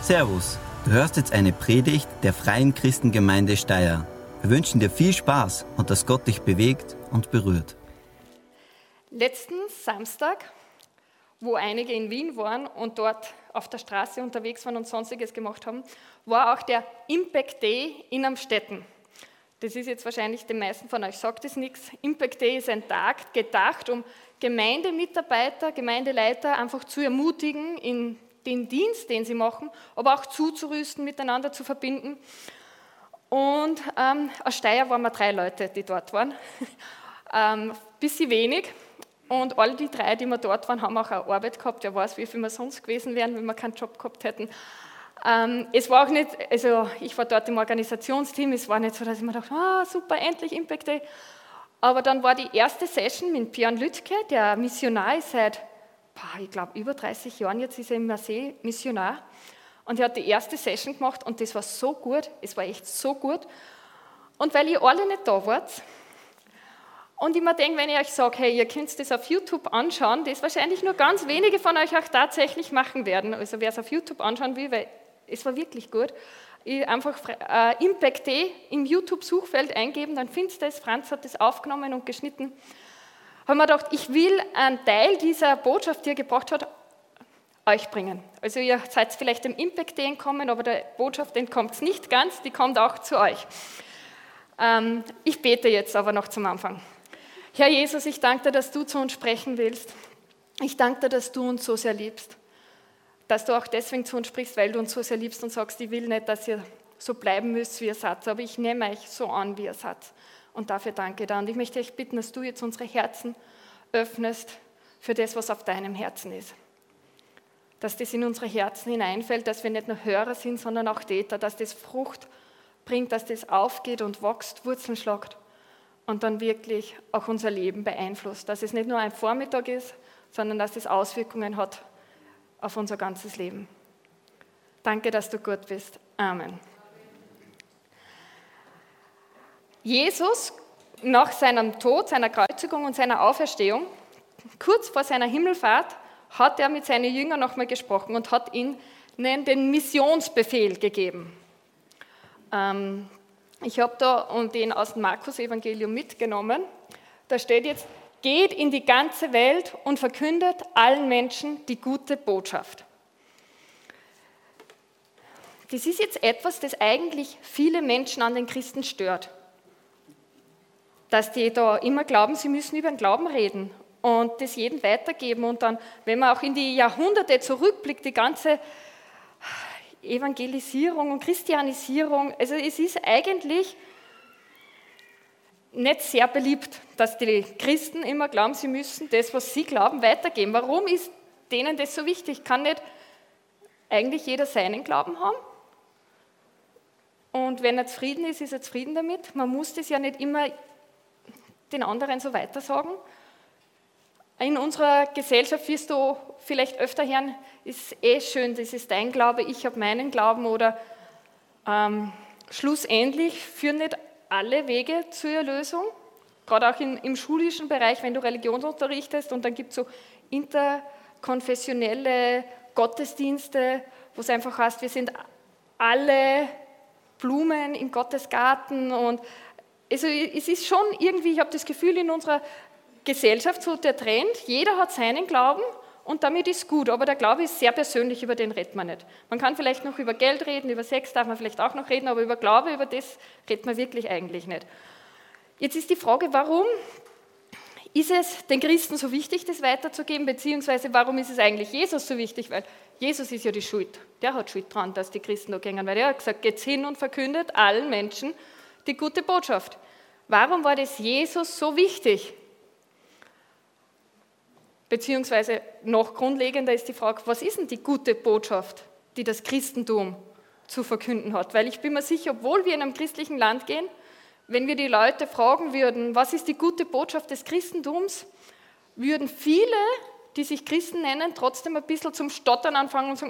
Servus, du hörst jetzt eine Predigt der Freien Christengemeinde Steyr. Wir wünschen dir viel Spaß und dass Gott dich bewegt und berührt. Letzten Samstag, wo einige in Wien waren und dort auf der Straße unterwegs waren und Sonstiges gemacht haben, war auch der Impact Day in Amstetten. Das ist jetzt wahrscheinlich den meisten von euch, sagt es nichts. Impact Day ist ein Tag gedacht, um Gemeindemitarbeiter, Gemeindeleiter einfach zu ermutigen, in den Dienst, den sie machen, aber auch zuzurüsten, miteinander zu verbinden. Und aus Steyr waren wir 3 Leute, die dort waren. Bisschen wenig. Und alle die 3, die wir dort waren, haben auch eine Arbeit gehabt. Wer weiß, wie viel wir sonst gewesen wären, wenn wir keinen Job gehabt hätten. Es war auch nicht, also ich war dort im Organisationsteam, es war nicht so, dass ich mir dachte, super, endlich Impact Day. Aber dann war die erste Session mit Björn Lüttke, der Missionar ist seit, ich glaube, über 30 Jahren, jetzt ist er im Marseille Missionar. Und er hat die erste Session gemacht und das war so gut, es war echt so gut. Und weil ihr alle nicht da wart, und ich mir denke, wenn ich euch sage, hey, ihr könnt das auf YouTube anschauen, das wahrscheinlich nur ganz wenige von euch auch tatsächlich machen werden. Also wer es auf YouTube anschauen will, weil es war wirklich gut, einfach Impact Day im YouTube-Suchfeld eingeben, dann findest du es. Franz hat das aufgenommen und geschnitten. Haben wir gedacht, ich will einen Teil dieser Botschaft, die er gebracht hat, euch bringen. Also ihr seid vielleicht dem Impact Day entkommen, aber der Botschaft entkommt es nicht ganz, die kommt auch zu euch. Ich bete jetzt aber noch zum Anfang. Herr Jesus, ich danke dir, dass du zu uns sprechen willst. Ich danke dir, dass du uns so sehr liebst. Dass du auch deswegen zu uns sprichst, weil du uns so sehr liebst und sagst, ich will nicht, dass ihr so bleiben müsst, wie ihr seid, aber ich nehme euch so an, wie ihr seid. Und dafür danke dir. Und ich möchte euch bitten, dass du jetzt unsere Herzen öffnest für das, was auf deinem Herzen ist. Dass das in unsere Herzen hineinfällt, dass wir nicht nur Hörer sind, sondern auch Täter, dass das Frucht bringt, dass das aufgeht und wächst, Wurzeln schlagt und dann wirklich auch unser Leben beeinflusst. Dass es nicht nur ein Vormittag ist, sondern dass es Auswirkungen hat auf unser ganzes Leben. Danke, dass du gut bist. Amen. Jesus, nach seinem Tod, seiner Kreuzigung und seiner Auferstehung, kurz vor seiner Himmelfahrt, hat er mit seinen Jüngern nochmal gesprochen und hat ihnen den Missionsbefehl gegeben. Ich habe da den aus dem Markus-Evangelium mitgenommen. Da steht jetzt, geht in die ganze Welt und verkündet allen Menschen die gute Botschaft. Das ist jetzt etwas, das eigentlich viele Menschen an den Christen stört. Dass die da immer glauben, sie müssen über den Glauben reden und das jedem weitergeben. Und dann, wenn man auch in die Jahrhunderte zurückblickt, die ganze Evangelisierung und Christianisierung, also es ist eigentlich nicht sehr beliebt, dass die Christen immer glauben, sie müssen das, was sie glauben, weitergeben. Warum ist denen das so wichtig? Kann nicht eigentlich jeder seinen Glauben haben? Und wenn er zufrieden ist, ist er zufrieden damit. Man muss das ja nicht immer den anderen so weitersagen. In unserer Gesellschaft wirst du vielleicht öfter hören, ist schön, das ist dein Glaube, ich habe meinen Glauben oder schlussendlich führen nicht alle Wege zur Erlösung. Gerade auch im schulischen Bereich, wenn du Religion unterrichtest und dann gibt es so interkonfessionelle Gottesdienste, wo es einfach heißt, wir sind alle Blumen im Gottesgarten und also es ist schon irgendwie, ich habe das Gefühl, in unserer Gesellschaft so der Trend, jeder hat seinen Glauben und damit ist gut, aber der Glaube ist sehr persönlich, über den redet man nicht. Man kann vielleicht noch über Geld reden, über Sex darf man vielleicht auch noch reden, aber über Glaube, über das redet man wirklich eigentlich nicht. Jetzt ist die Frage, warum ist es den Christen so wichtig, das weiterzugeben, beziehungsweise warum ist es eigentlich Jesus so wichtig, weil Jesus ist ja die Schuld, der hat Schuld dran, dass die Christen da gehen, weil er hat gesagt, geht hin und verkündet allen Menschen die gute Botschaft. Warum war das Jesus so wichtig? Beziehungsweise noch grundlegender ist die Frage, was ist denn die gute Botschaft, die das Christentum zu verkünden hat? Weil ich bin mir sicher, obwohl wir in einem christlichen Land gehen, wenn wir die Leute fragen würden, was ist die gute Botschaft des Christentums, würden viele, die sich Christen nennen, trotzdem ein bisschen zum Stottern anfangen und sagen,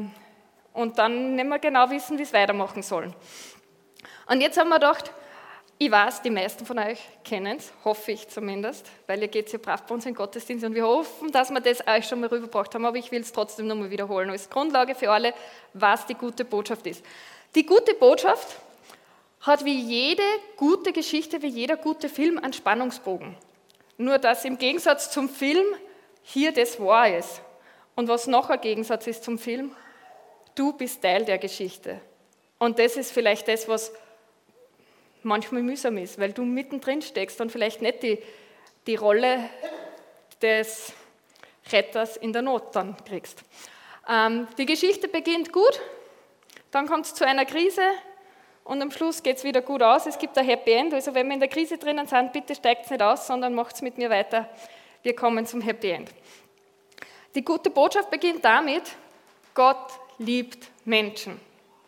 und dann nicht mehr genau wissen, wie es weitermachen sollen. Und jetzt haben wir gedacht, Ich weiß, die meisten von euch kennen es, hoffe ich zumindest, weil ihr geht ja brav bei uns in den Gottesdienst und wir hoffen, dass wir das euch schon mal rübergebracht haben, aber ich will es trotzdem nochmal wiederholen, als Grundlage für alle, was die gute Botschaft ist. Die gute Botschaft hat wie jede gute Geschichte, wie jeder gute Film einen Spannungsbogen. Nur dass im Gegensatz zum Film hier das wahr ist. Und was noch ein Gegensatz ist zum Film, du bist Teil der Geschichte. Und das ist vielleicht das, was manchmal mühsam ist, weil du mittendrin steckst und vielleicht nicht die Rolle des Retters in der Not dann kriegst. Die Geschichte beginnt gut, dann kommt es zu einer Krise und am Schluss geht es wieder gut aus. Es gibt ein Happy End, also wenn wir in der Krise drinnen sind, bitte steigt nicht aus, sondern macht es mit mir weiter. Wir kommen zum Happy End. Die gute Botschaft beginnt damit, Gott liebt Menschen.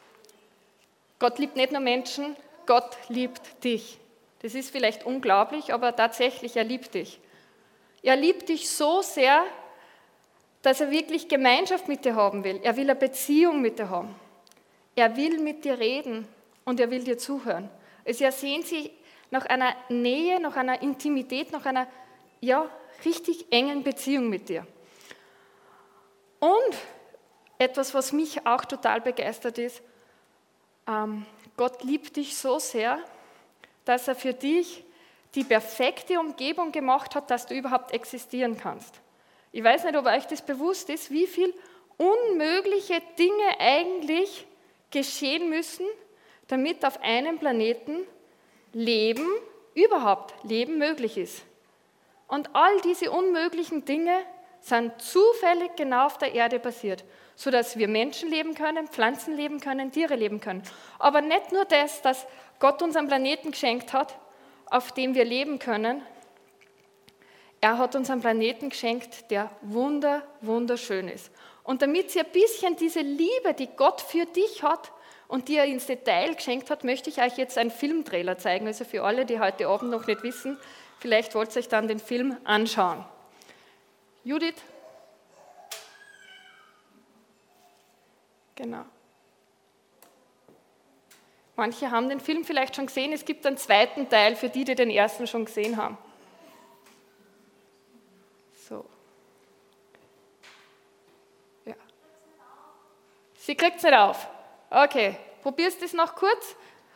Gott liebt nicht nur Menschen, Gott liebt dich. Das ist vielleicht unglaublich, aber tatsächlich, er liebt dich. Er liebt dich so sehr, dass er wirklich Gemeinschaft mit dir haben will. Er will eine Beziehung mit dir haben. Er will mit dir reden und er will dir zuhören. Also er sehnt sich nach einer Nähe, nach einer Intimität, nach einer richtig engen Beziehung mit dir. Und etwas, was mich auch total begeistert ist, Gott liebt dich so sehr, dass er für dich die perfekte Umgebung gemacht hat, dass du überhaupt existieren kannst. Ich weiß nicht, ob euch das bewusst ist, wie viele unmögliche Dinge eigentlich geschehen müssen, damit auf einem Planeten überhaupt Leben möglich ist. Und all diese unmöglichen Dinge sind zufällig genau auf der Erde passiert, sodass wir Menschen leben können, Pflanzen leben können, Tiere leben können. Aber nicht nur das, dass Gott uns einen Planeten geschenkt hat, auf dem wir leben können. Er hat uns einen Planeten geschenkt, der wunderschön ist. Und damit Sie ein bisschen diese Liebe, die Gott für dich hat und die er ins Detail geschenkt hat, möchte ich euch jetzt einen Filmtrailer zeigen. Also für alle, die heute Abend noch nicht wissen, vielleicht wollt ihr euch dann den Film anschauen. Judith? Genau. Manche haben den Film vielleicht schon gesehen. Es gibt einen zweiten Teil für die, die den ersten schon gesehen haben. So. Ja. Sie kriegt es nicht auf. Okay, probierst es noch kurz.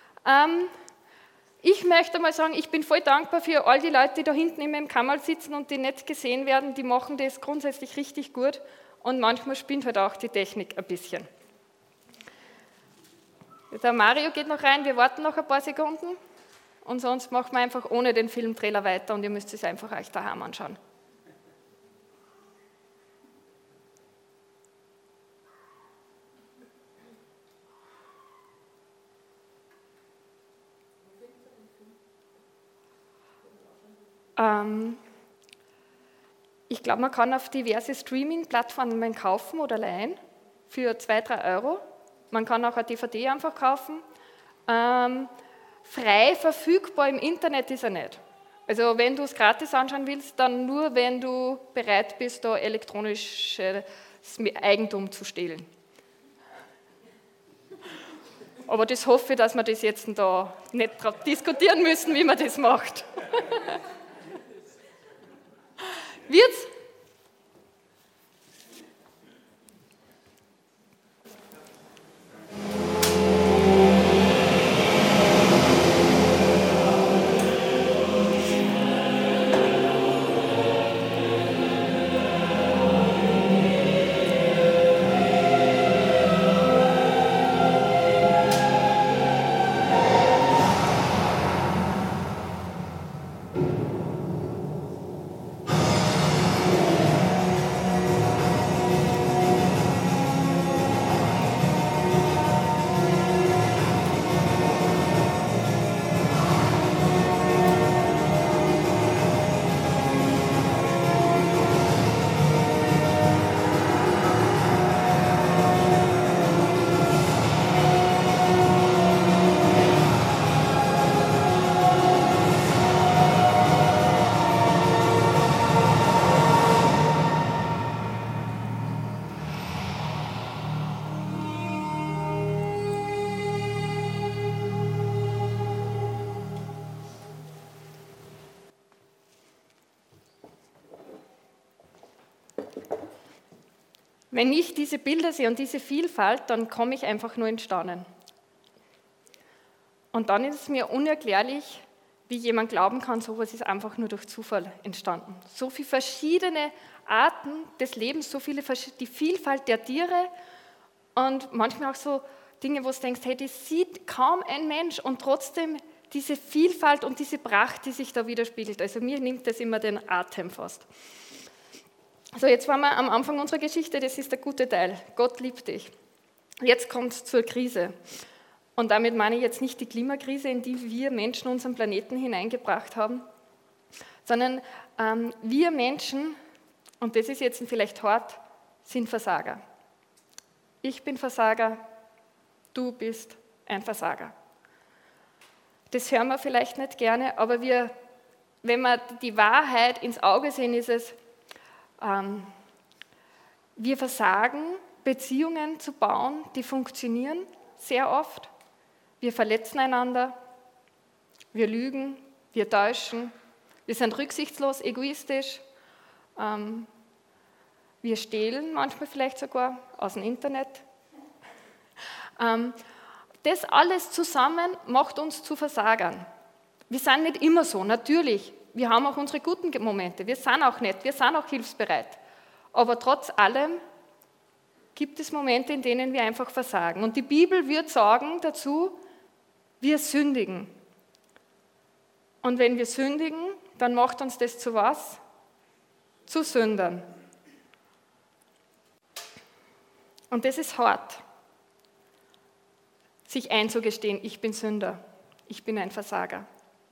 Ich möchte mal sagen, ich bin voll dankbar für all die Leute, die da hinten immer im Kammerl sitzen und die nicht gesehen werden. Die machen das grundsätzlich richtig gut und manchmal spinnt halt auch die Technik ein bisschen. Der Mario geht noch rein, wir warten noch ein paar Sekunden und sonst machen wir einfach ohne den Filmtrailer weiter und ihr müsst es einfach euch daheim anschauen. Ich glaube, man kann auf diverse Streaming-Plattformen kaufen oder leihen für 2-3 Euro. Man kann auch eine DVD einfach kaufen. Frei verfügbar im Internet ist er nicht. Also wenn du es gratis anschauen willst, dann nur, wenn du bereit bist, da elektronisches Eigentum zu stehlen. Aber das hoffe ich, dass wir das jetzt da nicht diskutieren müssen, wie man das macht. Wird's? Wenn ich diese Bilder sehe und diese Vielfalt, dann komme ich einfach nur in Staunen. Und dann ist es mir unerklärlich, wie jemand glauben kann, sowas ist einfach nur durch Zufall entstanden. So viele verschiedene Arten des Lebens, die Vielfalt der Tiere und manchmal auch so Dinge, wo du denkst, hey, das sieht kaum ein Mensch und trotzdem diese Vielfalt und diese Pracht, die sich da widerspiegelt. Also mir nimmt das immer den Atem fast. So, jetzt waren wir am Anfang unserer Geschichte, das ist der gute Teil. Gott liebt dich. Jetzt kommt es zur Krise. Und damit meine ich jetzt nicht die Klimakrise, in die wir Menschen unseren Planeten hineingebracht haben, sondern wir Menschen, und das ist jetzt vielleicht hart, sind Versager. Ich bin Versager, du bist ein Versager. Das hören wir vielleicht nicht gerne, aber wenn wir die Wahrheit ins Auge sehen, ist es, wir versagen, Beziehungen zu bauen, die funktionieren sehr oft. Wir verletzen einander, wir lügen, wir täuschen, wir sind rücksichtslos, egoistisch, wir stehlen manchmal vielleicht sogar aus dem Internet. Das alles zusammen macht uns zu Versagern. Wir sind nicht immer so, natürlich. Wir haben auch unsere guten Momente, wir sind auch nett, wir sind auch hilfsbereit. Aber trotz allem gibt es Momente, in denen wir einfach versagen. Und die Bibel wird sagen dazu, wir sündigen. Und wenn wir sündigen, dann macht uns das zu was? Zu Sündern. Und das ist hart, sich einzugestehen, ich bin Sünder, ich bin ein Versager.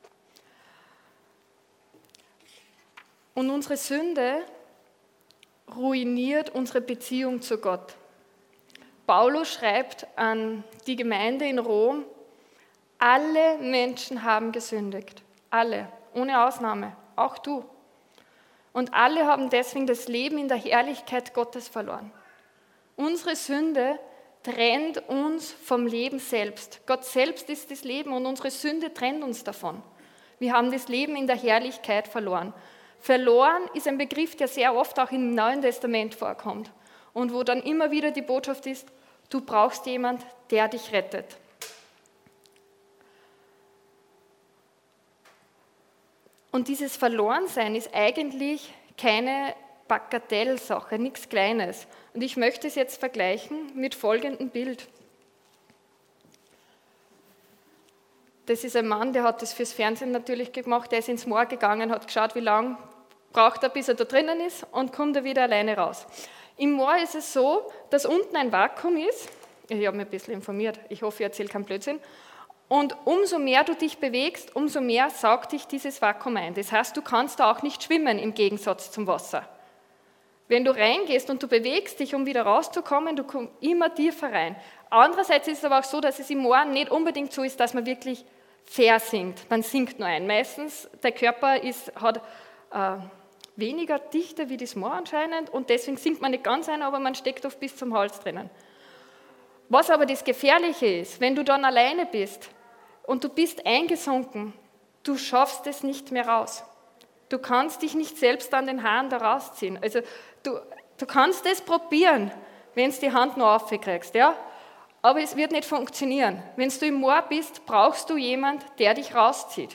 Und unsere Sünde ruiniert unsere Beziehung zu Gott. Paulus schreibt an die Gemeinde in Rom, alle Menschen haben gesündigt, alle, ohne Ausnahme, auch du. Und alle haben deswegen das Leben in der Herrlichkeit Gottes verloren. Unsere Sünde trennt uns vom Leben selbst. Gott selbst ist das Leben und unsere Sünde trennt uns davon. Wir haben das Leben in der Herrlichkeit verloren. Verloren ist ein Begriff, der sehr oft auch im Neuen Testament vorkommt und wo dann immer wieder die Botschaft ist, du brauchst jemanden, der dich rettet. Und dieses Verlorensein ist eigentlich keine Bagatellsache, nichts Kleines. Und ich möchte es jetzt vergleichen mit folgendem Bild. Das ist ein Mann, der hat das fürs Fernsehen natürlich gemacht, der ist ins Moor gegangen, hat geschaut, wie lange braucht er, bis er da drinnen ist und kommt er wieder alleine raus. Im Moor ist es so, dass unten ein Vakuum ist, ich habe mich ein bisschen informiert, ich hoffe, ich erzähle keinen Blödsinn, und umso mehr du dich bewegst, umso mehr saugt dich dieses Vakuum ein. Das heißt, du kannst da auch nicht schwimmen im Gegensatz zum Wasser. Wenn du reingehst und du bewegst dich, um wieder rauszukommen, du kommst immer tiefer rein. Andererseits ist es aber auch so, dass es im Moor nicht unbedingt so ist, dass man wirklich versinkt. Man sinkt nur ein. Meistens, der Körper hat weniger Dichte wie das Moor anscheinend und deswegen sinkt man nicht ganz ein, aber man steckt oft bis zum Hals drinnen. Was aber das Gefährliche ist, wenn du dann alleine bist und du bist eingesunken, du schaffst es nicht mehr raus. Du kannst dich nicht selbst an den Haaren da rausziehen. Also du kannst es probieren, wenn du die Hand noch aufkriegst, ja? Aber es wird nicht funktionieren. Wenn du im Moor bist, brauchst du jemanden, der dich rauszieht.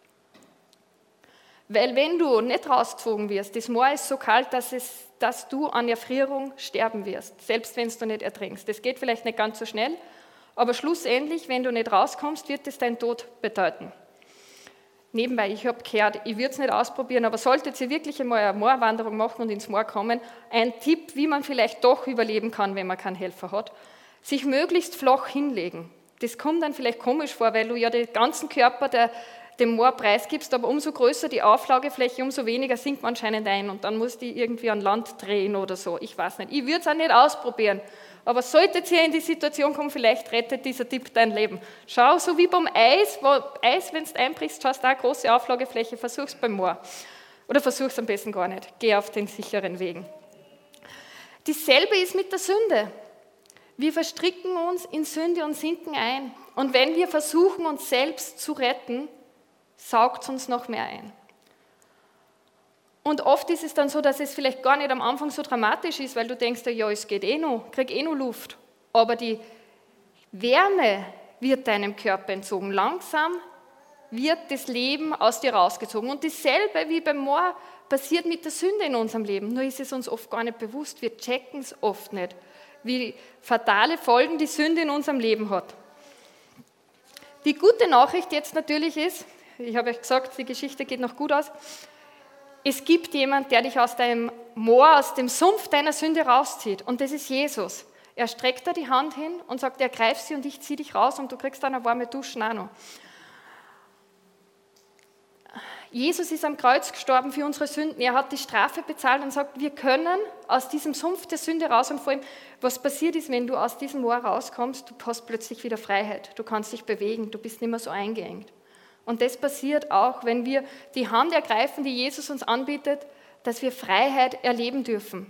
Weil wenn du nicht rausgezogen wirst, das Moor ist so kalt, dass du an Erfrierung sterben wirst, selbst wenn du nicht ertrinkst. Das geht vielleicht nicht ganz so schnell, aber schlussendlich, wenn du nicht rauskommst, wird es deinen Tod bedeuten. Nebenbei, ich habe gehört, ich würde es nicht ausprobieren, aber solltet ihr wirklich einmal eine Moorwanderung machen und ins Moor kommen, ein Tipp, wie man vielleicht doch überleben kann, wenn man keinen Helfer hat, sich möglichst flach hinlegen. Das kommt dann vielleicht komisch vor, weil du ja den ganzen Körper dem Moor preisgibst, aber umso größer die Auflagefläche, umso weniger sinkt man anscheinend ein und dann muss die irgendwie an Land drehen oder so. Ich weiß nicht, ich würde es auch nicht ausprobieren. Aber solltet ihr in die Situation kommen, vielleicht rettet dieser Tipp dein Leben. Schau, so wie beim Eis, wenn du einbrichst, hast du eine große Auflagefläche, versuch's beim Moor. Oder versuch's am besten gar nicht. Geh auf den sicheren Wegen. Dasselbe ist mit der Sünde. Wir verstricken uns in Sünde und sinken ein. Und wenn wir versuchen, uns selbst zu retten, saugt es uns noch mehr ein. Und oft ist es dann so, dass es vielleicht gar nicht am Anfang so dramatisch ist, weil du denkst, ja, es geht eh noch, krieg eh noch Luft. Aber die Wärme wird deinem Körper entzogen. Langsam wird das Leben aus dir rausgezogen. Und dasselbe wie beim Moor passiert mit der Sünde in unserem Leben. Nur ist es uns oft gar nicht bewusst. Wir checken es oft nicht, wie fatale Folgen die Sünde in unserem Leben hat. Die gute Nachricht jetzt natürlich ist, ich habe euch gesagt, die Geschichte geht noch gut aus, es gibt jemanden, der dich aus deinem Moor, aus dem Sumpf deiner Sünde rauszieht. Und das ist Jesus. Er streckt da die Hand hin und sagt, ergreif sie und ich ziehe dich raus und du kriegst dann eine warme Duschen auch noch. Jesus ist am Kreuz gestorben für unsere Sünden. Er hat die Strafe bezahlt und sagt, wir können aus diesem Sumpf der Sünde raus. Und vor allem, was passiert ist, wenn du aus diesem Moor rauskommst, du hast plötzlich wieder Freiheit. Du kannst dich bewegen, du bist nicht mehr so eingeengt. Und das passiert auch, wenn wir die Hand ergreifen, die Jesus uns anbietet, dass wir Freiheit erleben dürfen.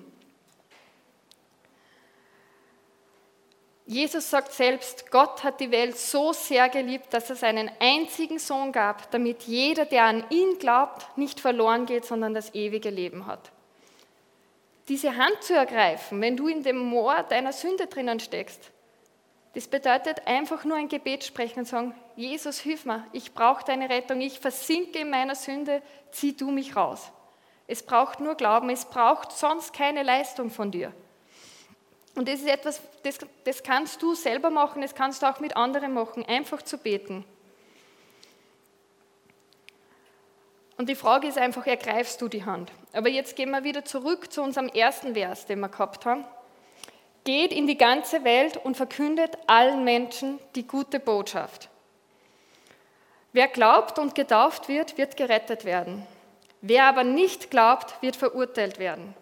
Jesus sagt selbst, Gott hat die Welt so sehr geliebt, dass er seinen einzigen Sohn gab, damit jeder, der an ihn glaubt, nicht verloren geht, sondern das ewige Leben hat. Diese Hand zu ergreifen, wenn du in dem Moor deiner Sünde drinnen steckst, das bedeutet einfach nur ein Gebet sprechen und sagen, Jesus, hilf mir, ich brauche deine Rettung, ich versinke in meiner Sünde, zieh du mich raus. Es braucht nur Glauben, es braucht sonst keine Leistung von dir. Und das ist etwas, das kannst du selber machen, das kannst du auch mit anderen machen, einfach zu beten. Und die Frage ist einfach, ergreifst du die Hand? Aber jetzt gehen wir wieder zurück zu unserem ersten Vers, den wir gehabt haben. Geht in die ganze Welt und verkündet allen Menschen die gute Botschaft. Wer glaubt und getauft wird, wird gerettet werden. Wer aber nicht glaubt, wird verurteilt werden.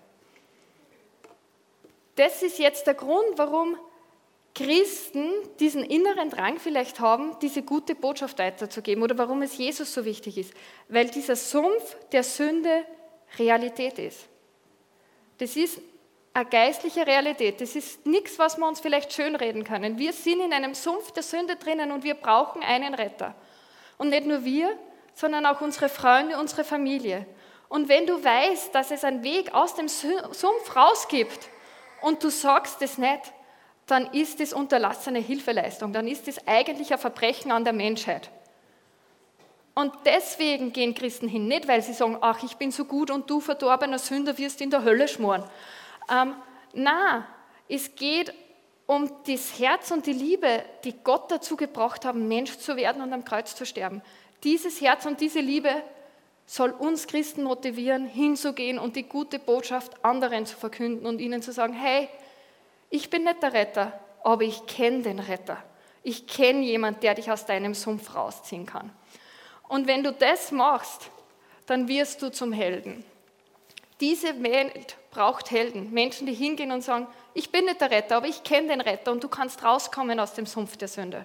Das ist jetzt der Grund, warum Christen diesen inneren Drang vielleicht haben, diese gute Botschaft weiterzugeben oder warum es Jesus so wichtig ist. Weil dieser Sumpf der Sünde Realität ist. Das ist eine geistliche Realität. Das ist nichts, was wir uns vielleicht schönreden können. Wir sind in einem Sumpf der Sünde drinnen und wir brauchen einen Retter. Und nicht nur wir, sondern auch unsere Freunde, unsere Familie. Und wenn du weißt, dass es einen Weg aus dem Sumpf raus gibt und du sagst es nicht, dann ist es unterlassene Hilfeleistung. Dann ist es eigentlich ein Verbrechen an der Menschheit. Und deswegen gehen Christen hin, nicht weil sie sagen, ach, ich bin so gut und du verdorbener Sünder wirst in der Hölle schmoren. Nein, es geht um das Herz und die Liebe, die Gott dazu gebracht haben, Mensch zu werden und am Kreuz zu sterben. Dieses Herz und diese Liebe soll uns Christen motivieren, hinzugehen und die gute Botschaft anderen zu verkünden und ihnen zu sagen, hey, ich bin nicht der Retter, aber ich kenne den Retter. Ich kenne jemanden, der dich aus deinem Sumpf rausziehen kann. Und wenn du das machst, dann wirst du zum Helden. Diese Welt braucht Helden, Menschen, die hingehen und sagen, ich bin nicht der Retter, aber ich kenne den Retter und du kannst rauskommen aus dem Sumpf der Sünde.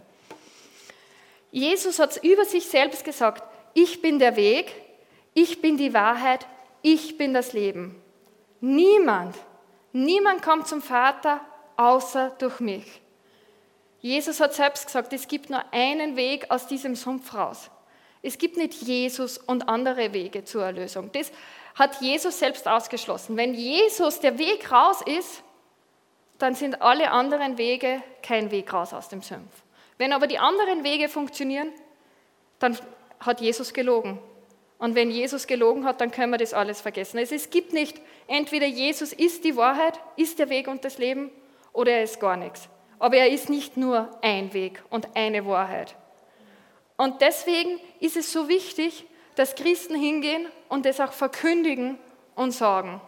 Jesus hat es über sich selbst gesagt, ich bin der Weg, ich bin die Wahrheit, ich bin das Leben. Niemand kommt zum Vater, außer durch mich. Jesus hat selbst gesagt, es gibt nur einen Weg aus diesem Sumpf raus. Es gibt nicht Jesus und andere Wege zur Erlösung. Das hat Jesus selbst ausgeschlossen. Wenn Jesus der Weg raus ist, dann sind alle anderen Wege kein Weg raus aus dem Sumpf. Wenn aber die anderen Wege funktionieren, dann hat Jesus gelogen. Und wenn Jesus gelogen hat, dann können wir das alles vergessen. Es gibt nicht, entweder Jesus ist die Wahrheit, ist der Weg und das Leben, oder er ist gar nichts. Aber er ist nicht nur ein Weg und eine Wahrheit. Und deswegen ist es so wichtig, dass Christen hingehen und das auch verkündigen und sagen.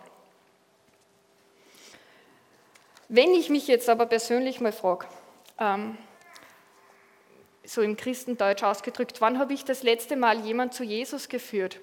Wenn ich mich jetzt aber persönlich mal frage, so im Christendeutsch ausgedrückt, wann habe ich das letzte Mal jemand zu Jesus geführt?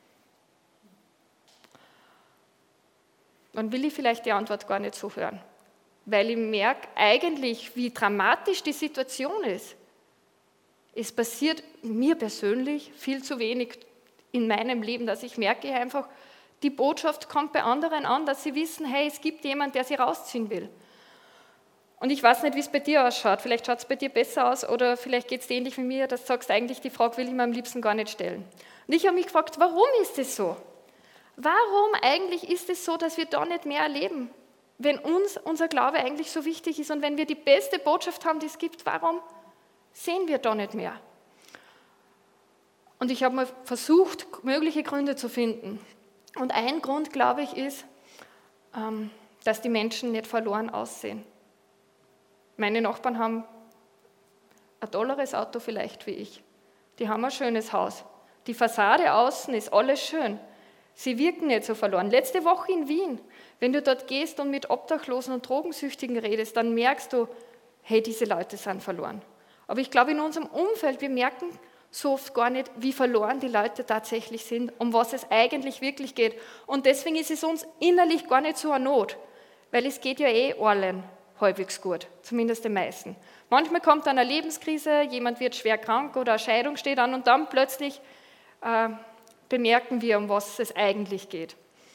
Dann will ich vielleicht die Antwort gar nicht so hören, weil ich merke eigentlich, wie dramatisch die Situation ist. Es passiert mir persönlich viel zu wenig in meinem Leben, dass ich merke einfach, die Botschaft kommt bei anderen an, dass sie wissen, hey, es gibt jemanden, der sie rausziehen will. Und ich weiß nicht, wie es bei dir ausschaut. Vielleicht schaut es bei dir besser aus oder vielleicht geht es dir ähnlich wie mir, dass du sagst, eigentlich die Frage will ich mir am liebsten gar nicht stellen. Und ich habe mich gefragt, warum ist das so? Warum eigentlich ist es so, dass wir da nicht mehr erleben? Wenn uns unser Glaube eigentlich so wichtig ist und wenn wir die beste Botschaft haben, die es gibt, warum sehen wir da nicht mehr? Und ich habe mal versucht, mögliche Gründe zu finden. Und ein Grund, glaube ich, ist, dass die Menschen nicht verloren aussehen. Meine Nachbarn haben ein tolleres Auto vielleicht wie ich. Die haben ein schönes Haus. Die Fassade außen ist alles schön. Sie wirken nicht so verloren. Letzte Woche in Wien, wenn du dort gehst und mit Obdachlosen und Drogensüchtigen redest, dann merkst du, hey, diese Leute sind verloren. Aber ich glaube, in unserem Umfeld, wir merken so oft gar nicht, wie verloren die Leute tatsächlich sind, um was es eigentlich wirklich geht. Und deswegen ist es uns innerlich gar nicht so eine Not, weil es geht ja allen halbwegs gut, zumindest den meisten. Manchmal kommt dann eine Lebenskrise, jemand wird schwer krank oder eine Scheidung steht an und dann plötzlich bemerken wir, um was es eigentlich geht.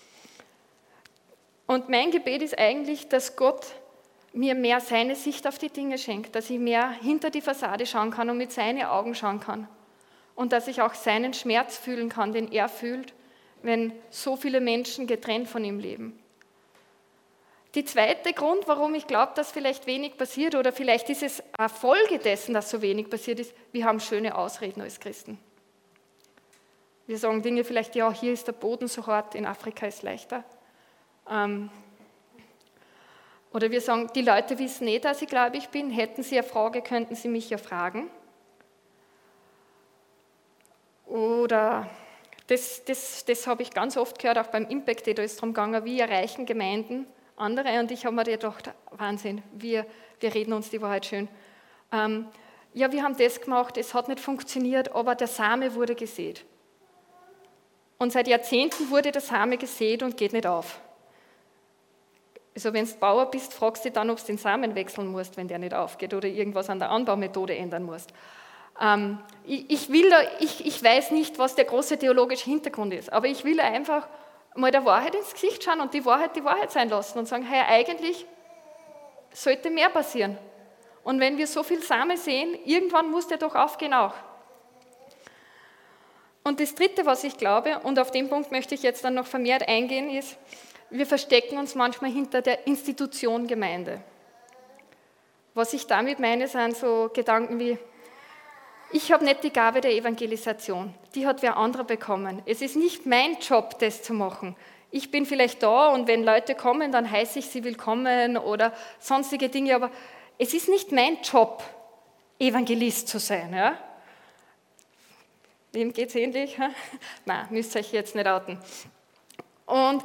Und mein Gebet ist eigentlich, dass Gott mir mehr seine Sicht auf die Dinge schenkt, dass ich mehr hinter die Fassade schauen kann und mit seinen Augen schauen kann. Und dass ich auch seinen Schmerz fühlen kann, den er fühlt, wenn so viele Menschen getrennt von ihm leben. Der zweite Grund, warum ich glaube, dass vielleicht wenig passiert, oder vielleicht ist es eine Folge dessen, dass so wenig passiert ist, wir haben schöne Ausreden als Christen. Wir sagen Dinge vielleicht, ja, hier ist der Boden so hart, in Afrika ist es leichter. Oder wir sagen, die Leute wissen nicht, dass ich gläubig bin, hätten sie eine Frage, könnten sie mich ja fragen. Oder das habe ich ganz oft gehört, auch beim Impact Day, da ist es darum gegangen, wie erreichen Gemeinden andere. Und ich habe mir gedacht, Wahnsinn, wir reden uns die Wahrheit schön. Ja, wir haben das gemacht, es hat nicht funktioniert, aber der Same wurde gesät. Und seit Jahrzehnten wurde der Same gesät und geht nicht auf. Also wenn du Bauer bist, fragst du dich dann, ob du den Samen wechseln musst, wenn der nicht aufgeht oder irgendwas an der Anbaumethode ändern musst. Ich weiß nicht, was der große theologische Hintergrund ist, aber ich will einfach mal der Wahrheit ins Gesicht schauen und die Wahrheit sein lassen und sagen, hey, eigentlich sollte mehr passieren. Und wenn wir so viel Samen sehen, irgendwann muss der doch aufgehen auch. Und das Dritte, was ich glaube, und auf den Punkt möchte ich jetzt dann noch vermehrt eingehen, ist, wir verstecken uns manchmal hinter der Institution Gemeinde. Was ich damit meine, sind so Gedanken wie, ich habe nicht die Gabe der Evangelisation, die hat wer anderer bekommen. Es ist nicht mein Job, das zu machen. Ich bin vielleicht da und wenn Leute kommen, dann heiße ich sie willkommen oder sonstige Dinge, aber es ist nicht mein Job, Evangelist zu sein. Ja? Wem geht es ähnlich? Nein, müsst ihr euch jetzt nicht outen. Und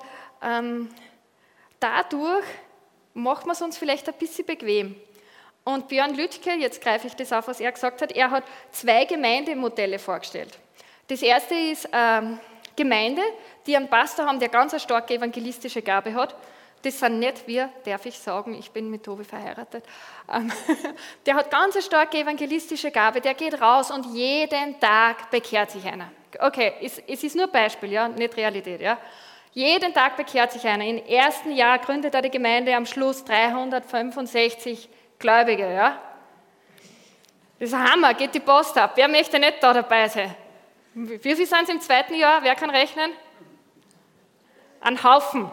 dadurch macht man es uns vielleicht ein bisschen bequem. Und Björn Lüttke, jetzt greife ich das auf, was er gesagt hat, er hat 2 Gemeindemodelle vorgestellt. Das erste ist Gemeinde, die einen Pastor haben, der ganz eine starke evangelistische Gabe hat. Das sind nicht wir, darf ich sagen, ich bin mit Tobi verheiratet. Der hat ganz eine starke evangelistische Gabe, der geht raus und jeden Tag bekehrt sich einer. Okay, es ist nur Beispiel, ja, nicht Realität. Ja. Jeden Tag bekehrt sich einer. Im ersten Jahr gründet er die Gemeinde, am Schluss 365 Gläubige. Ja. Das ist ein Hammer, geht die Post ab. Wer möchte nicht da dabei sein? Wie viel sind es im zweiten Jahr? Wer kann rechnen? Ein Haufen.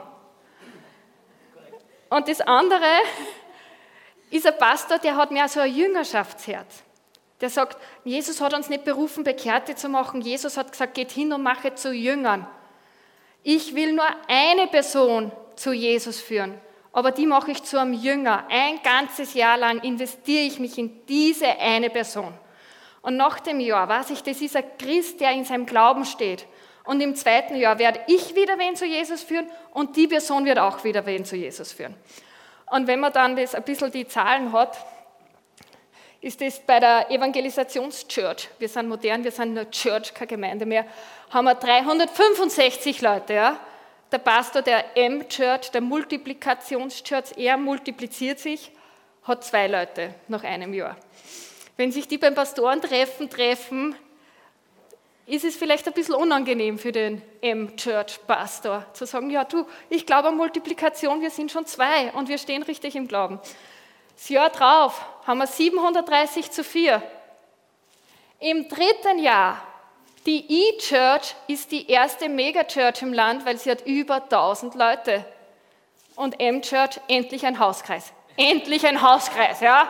Und das andere ist ein Pastor, der hat mehr so ein Jüngerschaftsherz. Der sagt, Jesus hat uns nicht berufen, Bekehrte zu machen. Jesus hat gesagt, geht hin und mache zu Jüngern. Ich will nur eine Person zu Jesus führen, aber die mache ich zu einem Jünger. Ein ganzes Jahr lang investiere ich mich in diese eine Person. Und nach dem Jahr weiß ich, das ist ein Christ, der in seinem Glauben steht. Und im zweiten Jahr werde ich wieder wen zu Jesus führen und die Person wird auch wieder wen zu Jesus führen. Und wenn man dann das ein bisschen die Zahlen hat, ist das bei der Evangelisationschurch, wir sind modern, wir sind nur Church, keine Gemeinde mehr, haben wir 365 Leute. Ja? Der Pastor der M-Church, der Multiplikationschurch, er multipliziert sich, hat 2 Leute nach einem Jahr. Wenn sich die beim Pastorentreffen, ist es vielleicht ein bisschen unangenehm für den M-Church-Pastor zu sagen, ja du, ich glaube an Multiplikation, wir sind schon 2 und wir stehen richtig im Glauben. Das Jahr drauf haben wir 730:4. Im 3. Jahr Die E-Church ist die erste Megachurch im Land, weil sie hat über 1000 Leute. Und M-Church, endlich ein Hauskreis. Endlich ein Hauskreis, ja.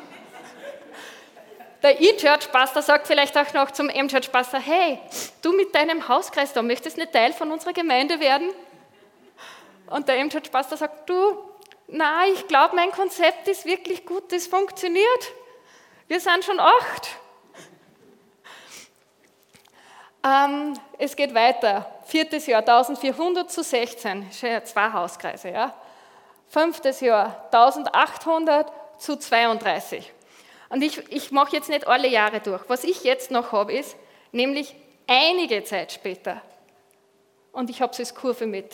Der E-Church-Pastor sagt vielleicht auch noch zum M-Church-Pastor, hey, du mit deinem Hauskreis da, möchtest nicht Teil von unserer Gemeinde werden? Und der M-Church-Pastor sagt, du, na, ich glaube, mein Konzept ist wirklich gut, das funktioniert. Wir sind schon 8. Es geht weiter. 4. Jahr 1400 zu 16, schon ja 2 Hauskreise. Ja. 5. Jahr 1800 zu 32. Und ich mache jetzt nicht alle Jahre durch. Was ich jetzt noch habe, ist nämlich einige Zeit später. Und ich habe es als Kurve mit.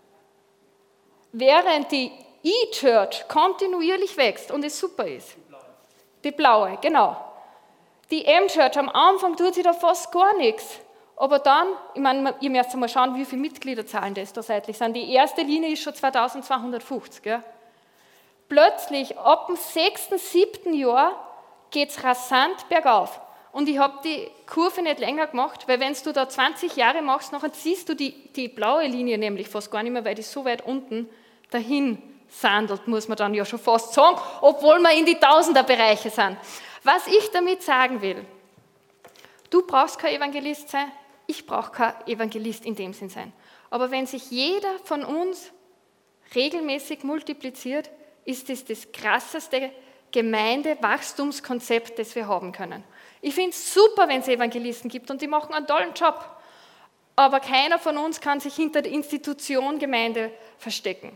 Während die E-Church kontinuierlich wächst und es super ist. Die blaue, genau. Die M-Church, am Anfang tut sie da fast gar nichts. Aber dann, ich meine, ihr müsst mal schauen, wie viele Mitgliederzahlen das da seitlich sind. Die erste Linie ist schon 2250. Gell? Plötzlich, ab dem 6., 7. Jahr, geht es rasant bergauf. Und ich habe die Kurve nicht länger gemacht, weil wenn du da 20 Jahre machst, nachher siehst du die blaue Linie nämlich fast gar nicht mehr, weil die so weit unten dahin sandelt, muss man dann ja schon fast sagen, obwohl wir in die Tausenderbereiche sind. Was ich damit sagen will, du brauchst kein Evangelist sein, ich brauche kein Evangelist in dem Sinn sein. Aber wenn sich jeder von uns regelmäßig multipliziert, ist das krasseste Gemeindewachstumskonzept, das wir haben können. Ich finde es super, wenn es Evangelisten gibt und die machen einen tollen Job. Aber keiner von uns kann sich hinter der Institution Gemeinde verstecken.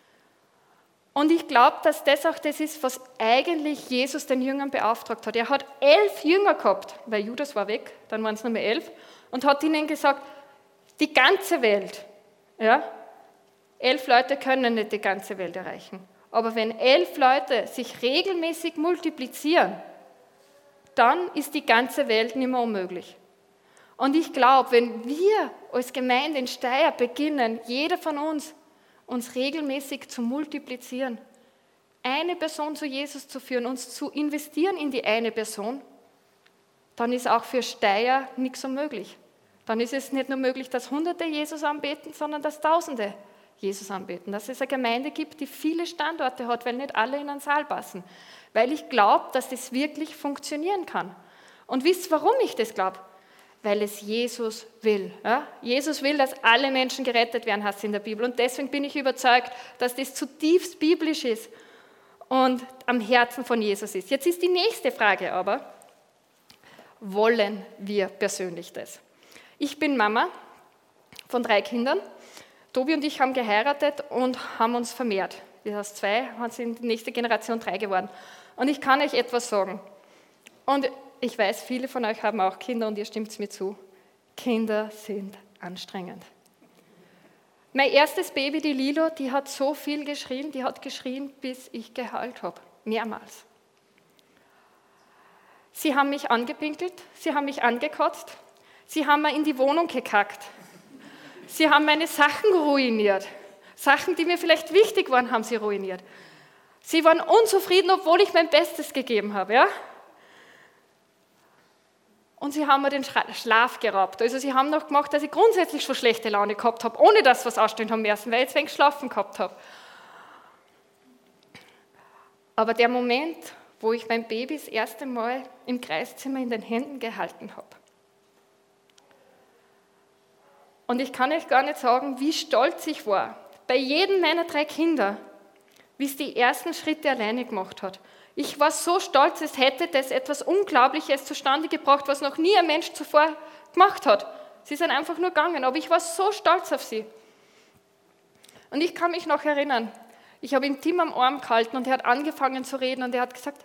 Und ich glaube, dass das auch das ist, was eigentlich Jesus den Jüngern beauftragt hat. Er hat 11 Jünger gehabt, weil Judas war weg, dann waren es nur mehr 11, und hat ihnen gesagt, die ganze Welt, ja, 11 Leute können nicht die ganze Welt erreichen. Aber wenn 11 Leute sich regelmäßig multiplizieren, dann ist die ganze Welt nicht mehr unmöglich. Und ich glaube, wenn wir als Gemeinde in Steyr beginnen, jeder von uns regelmäßig zu multiplizieren, eine Person zu Jesus zu führen, uns zu investieren in die eine Person, dann ist auch für Steyr nichts unmöglich. Dann ist es nicht nur möglich, dass Hunderte Jesus anbeten, sondern dass Tausende Jesus anbeten. Dass es eine Gemeinde gibt, die viele Standorte hat, weil nicht alle in einen Saal passen. Weil ich glaube, dass das wirklich funktionieren kann. Und wisst ihr, warum ich das glaube? Weil es Jesus will. Ja? Jesus will, dass alle Menschen gerettet werden, heißt es in der Bibel. Und deswegen bin ich überzeugt, dass das zutiefst biblisch ist und am Herzen von Jesus ist. Jetzt ist die nächste Frage aber, wollen wir persönlich das? Ich bin Mama von 3 Kindern. Tobi und ich haben geheiratet und haben uns vermehrt. Wir aus 2 sind die nächste Generation 3 geworden. Und ich kann euch etwas sagen. Und ich weiß, viele von euch haben auch Kinder und ihr stimmt es mir zu. Kinder sind anstrengend. Mein erstes Baby, die Lilo, die hat so viel geschrien, die hat geschrien, bis ich geheult habe. Mehrmals. Sie haben mich angepinkelt, sie haben mich angekotzt, sie haben mir in die Wohnung gekackt. Sie haben meine Sachen ruiniert. Sachen, die mir vielleicht wichtig waren, haben sie ruiniert. Sie waren unzufrieden, obwohl ich mein Bestes gegeben habe. Ja? Und sie haben mir den Schlaf geraubt. Also sie haben noch gemacht, dass ich grundsätzlich schon schlechte Laune gehabt habe, ohne dass was ausstehen haben müssen, weil ich jetzt wenig schlafen gehabt habe. Aber der Moment, wo ich mein Baby das erste Mal im Kreiszimmer in den Händen gehalten habe, und ich kann euch gar nicht sagen, wie stolz ich war, bei jedem meiner 3 Kinder, wie es die ersten Schritte alleine gemacht hat. Ich war so stolz, es hätte das etwas Unglaubliches zustande gebracht, was noch nie ein Mensch zuvor gemacht hat. Sie sind einfach nur gegangen, aber ich war so stolz auf sie. Und ich kann mich noch erinnern, ich habe ihm Tim am Arm gehalten und er hat angefangen zu reden und er hat gesagt,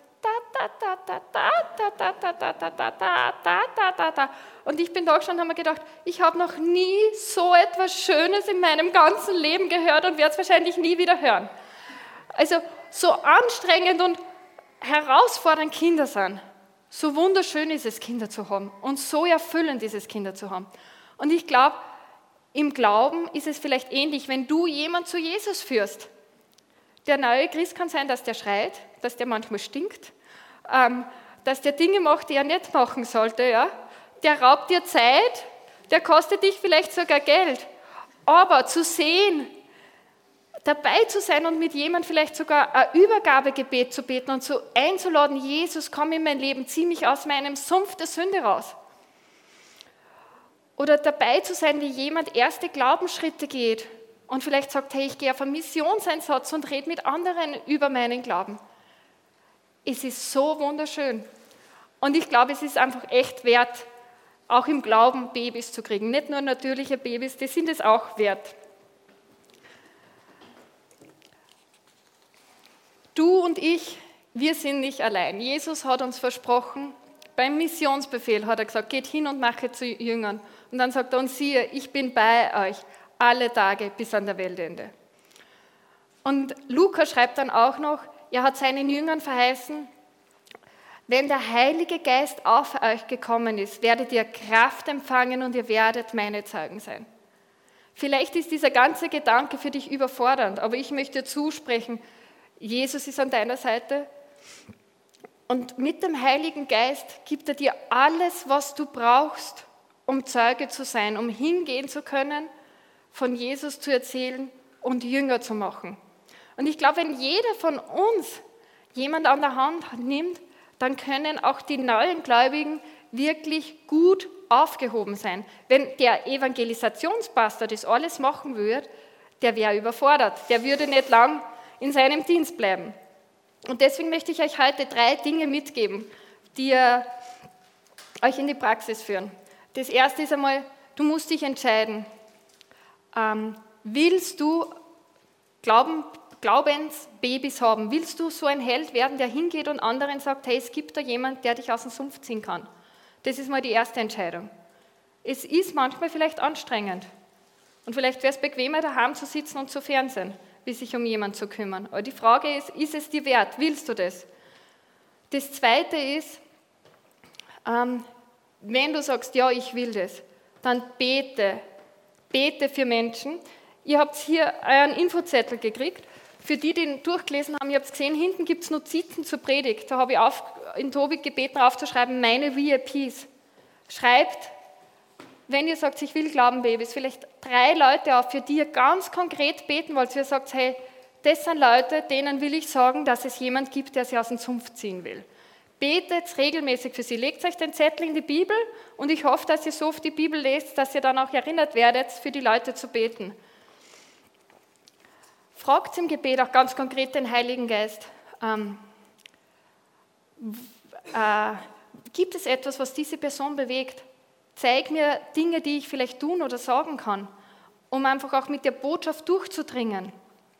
und ich bin da gestanden und habe mir gedacht, ich habe noch nie so etwas Schönes in meinem ganzen Leben gehört und werde es wahrscheinlich nie wieder hören. Also so anstrengend und herausfordernd Kinder sind, so wunderschön ist es, Kinder zu haben und so erfüllend ist es, Kinder zu haben. Und ich glaube, im Glauben ist es vielleicht ähnlich, wenn du jemanden zu Jesus führst. Der neue Christ kann sein, dass der schreit, dass der manchmal stinkt, dass der Dinge macht, die er nicht machen sollte. Ja? der raubt dir Zeit, der kostet dich vielleicht sogar Geld. Aber zu sehen, dabei zu sein und mit jemandem vielleicht sogar ein Übergabegebet zu beten und so einzuladen, Jesus, komm in mein Leben, zieh mich aus meinem Sumpf der Sünde raus. Oder dabei zu sein, wie jemand erste Glaubensschritte geht und vielleicht sagt, hey, ich gehe auf einen Missionseinsatz und rede mit anderen über meinen Glauben. Es ist so wunderschön. Und ich glaube, es ist einfach echt wert, auch im Glauben Babys zu kriegen. Nicht nur natürliche Babys, die sind es auch wert. Du und ich, wir sind nicht allein. Jesus hat uns versprochen, beim Missionsbefehl hat er gesagt, geht hin und mache zu Jüngern. Und dann sagt er uns, siehe, ich bin bei euch alle Tage bis an der Weltende. Und Lukas schreibt dann auch noch, er hat seinen Jüngern verheißen, wenn der Heilige Geist auf euch gekommen ist, werdet ihr Kraft empfangen und ihr werdet meine Zeugen sein. Vielleicht ist dieser ganze Gedanke für dich überfordernd, aber ich möchte dir zusprechen, Jesus ist an deiner Seite und mit dem Heiligen Geist gibt er dir alles, was du brauchst, um Zeuge zu sein, um hingehen zu können, von Jesus zu erzählen und Jünger zu machen. Und ich glaube, wenn jeder von uns jemand an der Hand nimmt, dann können auch die neuen Gläubigen wirklich gut aufgehoben sein. Wenn der Evangelisationspastor das alles machen würde, der wäre überfordert, der würde nicht lang in seinem Dienst bleiben. Und deswegen möchte ich euch heute 3 Dinge mitgeben, die euch in die Praxis führen. Das erste ist einmal, du musst dich entscheiden. Willst du Glaubensbabys haben? Willst du so ein Held werden, der hingeht und anderen sagt, hey, es gibt da jemand, der dich aus dem Sumpf ziehen kann? Das ist mal die erste Entscheidung. Es ist manchmal vielleicht anstrengend und vielleicht wäre es bequemer, daheim zu sitzen und zu fernsehen, wie sich um jemanden zu kümmern. Aber die Frage ist es dir wert? Willst du das? Das Zweite ist, wenn du sagst, ja, ich will das, dann bete. Bete für Menschen. Ihr habt hier einen Infozettel gekriegt. Für die, die ihn durchgelesen haben, ihr habt gesehen, hinten gibt es Notizen zur Predigt. Da habe ich in Tobi gebeten, aufzuschreiben, meine VIPs. Schreibt, wenn ihr sagt, ich will glauben, Babys, vielleicht 3 Leute auf, für die ihr ganz konkret beten wollt. Ihr sagt, hey, das sind Leute, denen will ich sagen, dass es jemand gibt, der sie aus dem Sumpf ziehen will. Betet regelmäßig für sie. Legt euch den Zettel in die Bibel und ich hoffe, dass ihr so oft die Bibel lest, dass ihr dann auch erinnert werdet, für die Leute zu beten. Fragt im Gebet auch ganz konkret den Heiligen Geist. Gibt es etwas, was diese Person bewegt? Zeig mir Dinge, die ich vielleicht tun oder sagen kann, um einfach auch mit der Botschaft durchzudringen.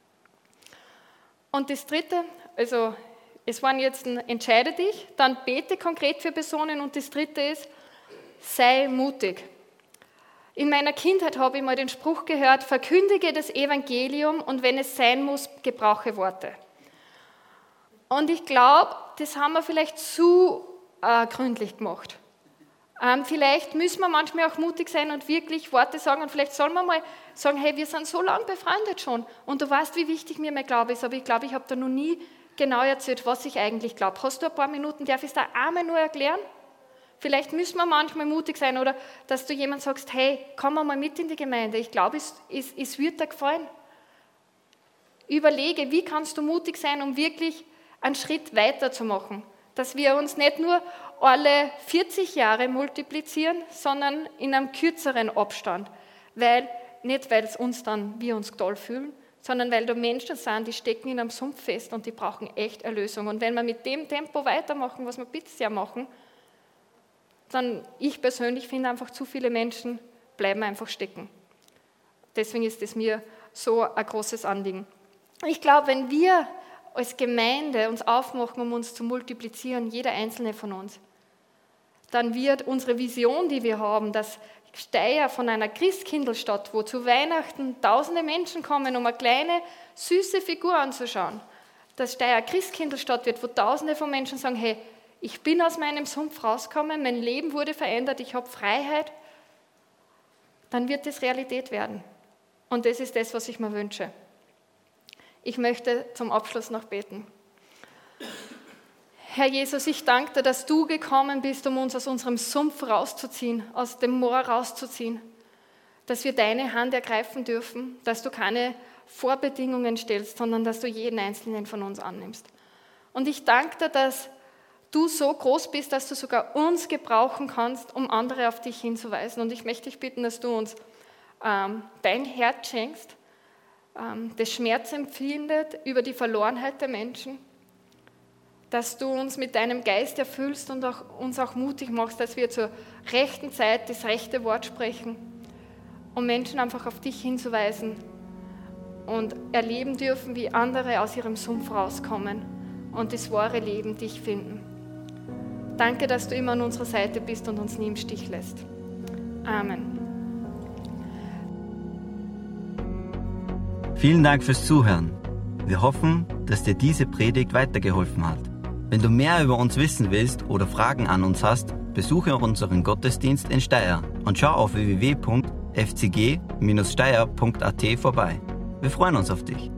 Und das Dritte, also es waren jetzt entscheide dich, dann bete konkret für Personen und das Dritte ist, sei mutig. In meiner Kindheit habe ich mal den Spruch gehört, verkündige das Evangelium und wenn es sein muss, gebrauche Worte. Und ich glaube, das haben wir vielleicht zu gründlich gemacht. Vielleicht müssen wir manchmal auch mutig sein und wirklich Worte sagen und vielleicht sollen wir mal sagen, hey, wir sind so lange befreundet schon und du weißt, wie wichtig mir mein Glaube ist, aber ich glaube, ich habe da noch nie genau erzählt, was ich eigentlich glaube. Hast du ein paar Minuten, darf ich es da einmal nur erklären? Vielleicht müssen wir manchmal mutig sein oder dass du jemand sagst, hey, komm mal mit in die Gemeinde, ich glaube, es wird dir gefallen. Überlege, wie kannst du mutig sein, um wirklich einen Schritt weiter zu machen, dass wir uns nicht nur alle 40 Jahre multiplizieren, sondern in einem kürzeren Abstand, nicht weil es uns dann, wir uns toll fühlen, sondern weil da Menschen sind, die stecken in einem Sumpf fest und die brauchen echt Erlösung. Und wenn wir mit dem Tempo weitermachen, was wir bisher machen, dann, ich persönlich finde einfach, zu viele Menschen bleiben einfach stecken. Deswegen ist es mir so ein großes Anliegen. Ich glaube, wenn wir als Gemeinde uns aufmachen, um uns zu multiplizieren, jeder einzelne von uns, dann wird unsere Vision, die wir haben, dass Steyr von einer Christkindlstadt, wo zu Weihnachten tausende Menschen kommen, um eine kleine, süße Figur anzuschauen, dass Steyr Christkindlstadt wird, wo tausende von Menschen sagen, hey, ich bin aus meinem Sumpf rausgekommen, mein Leben wurde verändert, ich habe Freiheit, dann wird das Realität werden. Und das ist das, was ich mir wünsche. Ich möchte zum Abschluss noch beten. Herr Jesus, ich danke dir, dass du gekommen bist, um uns aus unserem Sumpf rauszuziehen, aus dem Moor rauszuziehen, dass wir deine Hand ergreifen dürfen, dass du keine Vorbedingungen stellst, sondern dass du jeden Einzelnen von uns annimmst. Und ich danke dir, dass du so groß bist, dass du sogar uns gebrauchen kannst, um andere auf dich hinzuweisen. Und ich möchte dich bitten, dass du uns dein Herz schenkst, das Schmerz empfindet über die Verlorenheit der Menschen, dass du uns mit deinem Geist erfüllst und uns auch mutig machst, dass wir zur rechten Zeit das rechte Wort sprechen, um Menschen einfach auf dich hinzuweisen und erleben dürfen, wie andere aus ihrem Sumpf rauskommen und das wahre Leben dich finden. Danke, dass du immer an unserer Seite bist und uns nie im Stich lässt. Amen. Vielen Dank fürs Zuhören. Wir hoffen, dass dir diese Predigt weitergeholfen hat. Wenn du mehr über uns wissen willst oder Fragen an uns hast, besuche unseren Gottesdienst in Steyr und schau auf www.fcg-steyr.at vorbei. Wir freuen uns auf dich.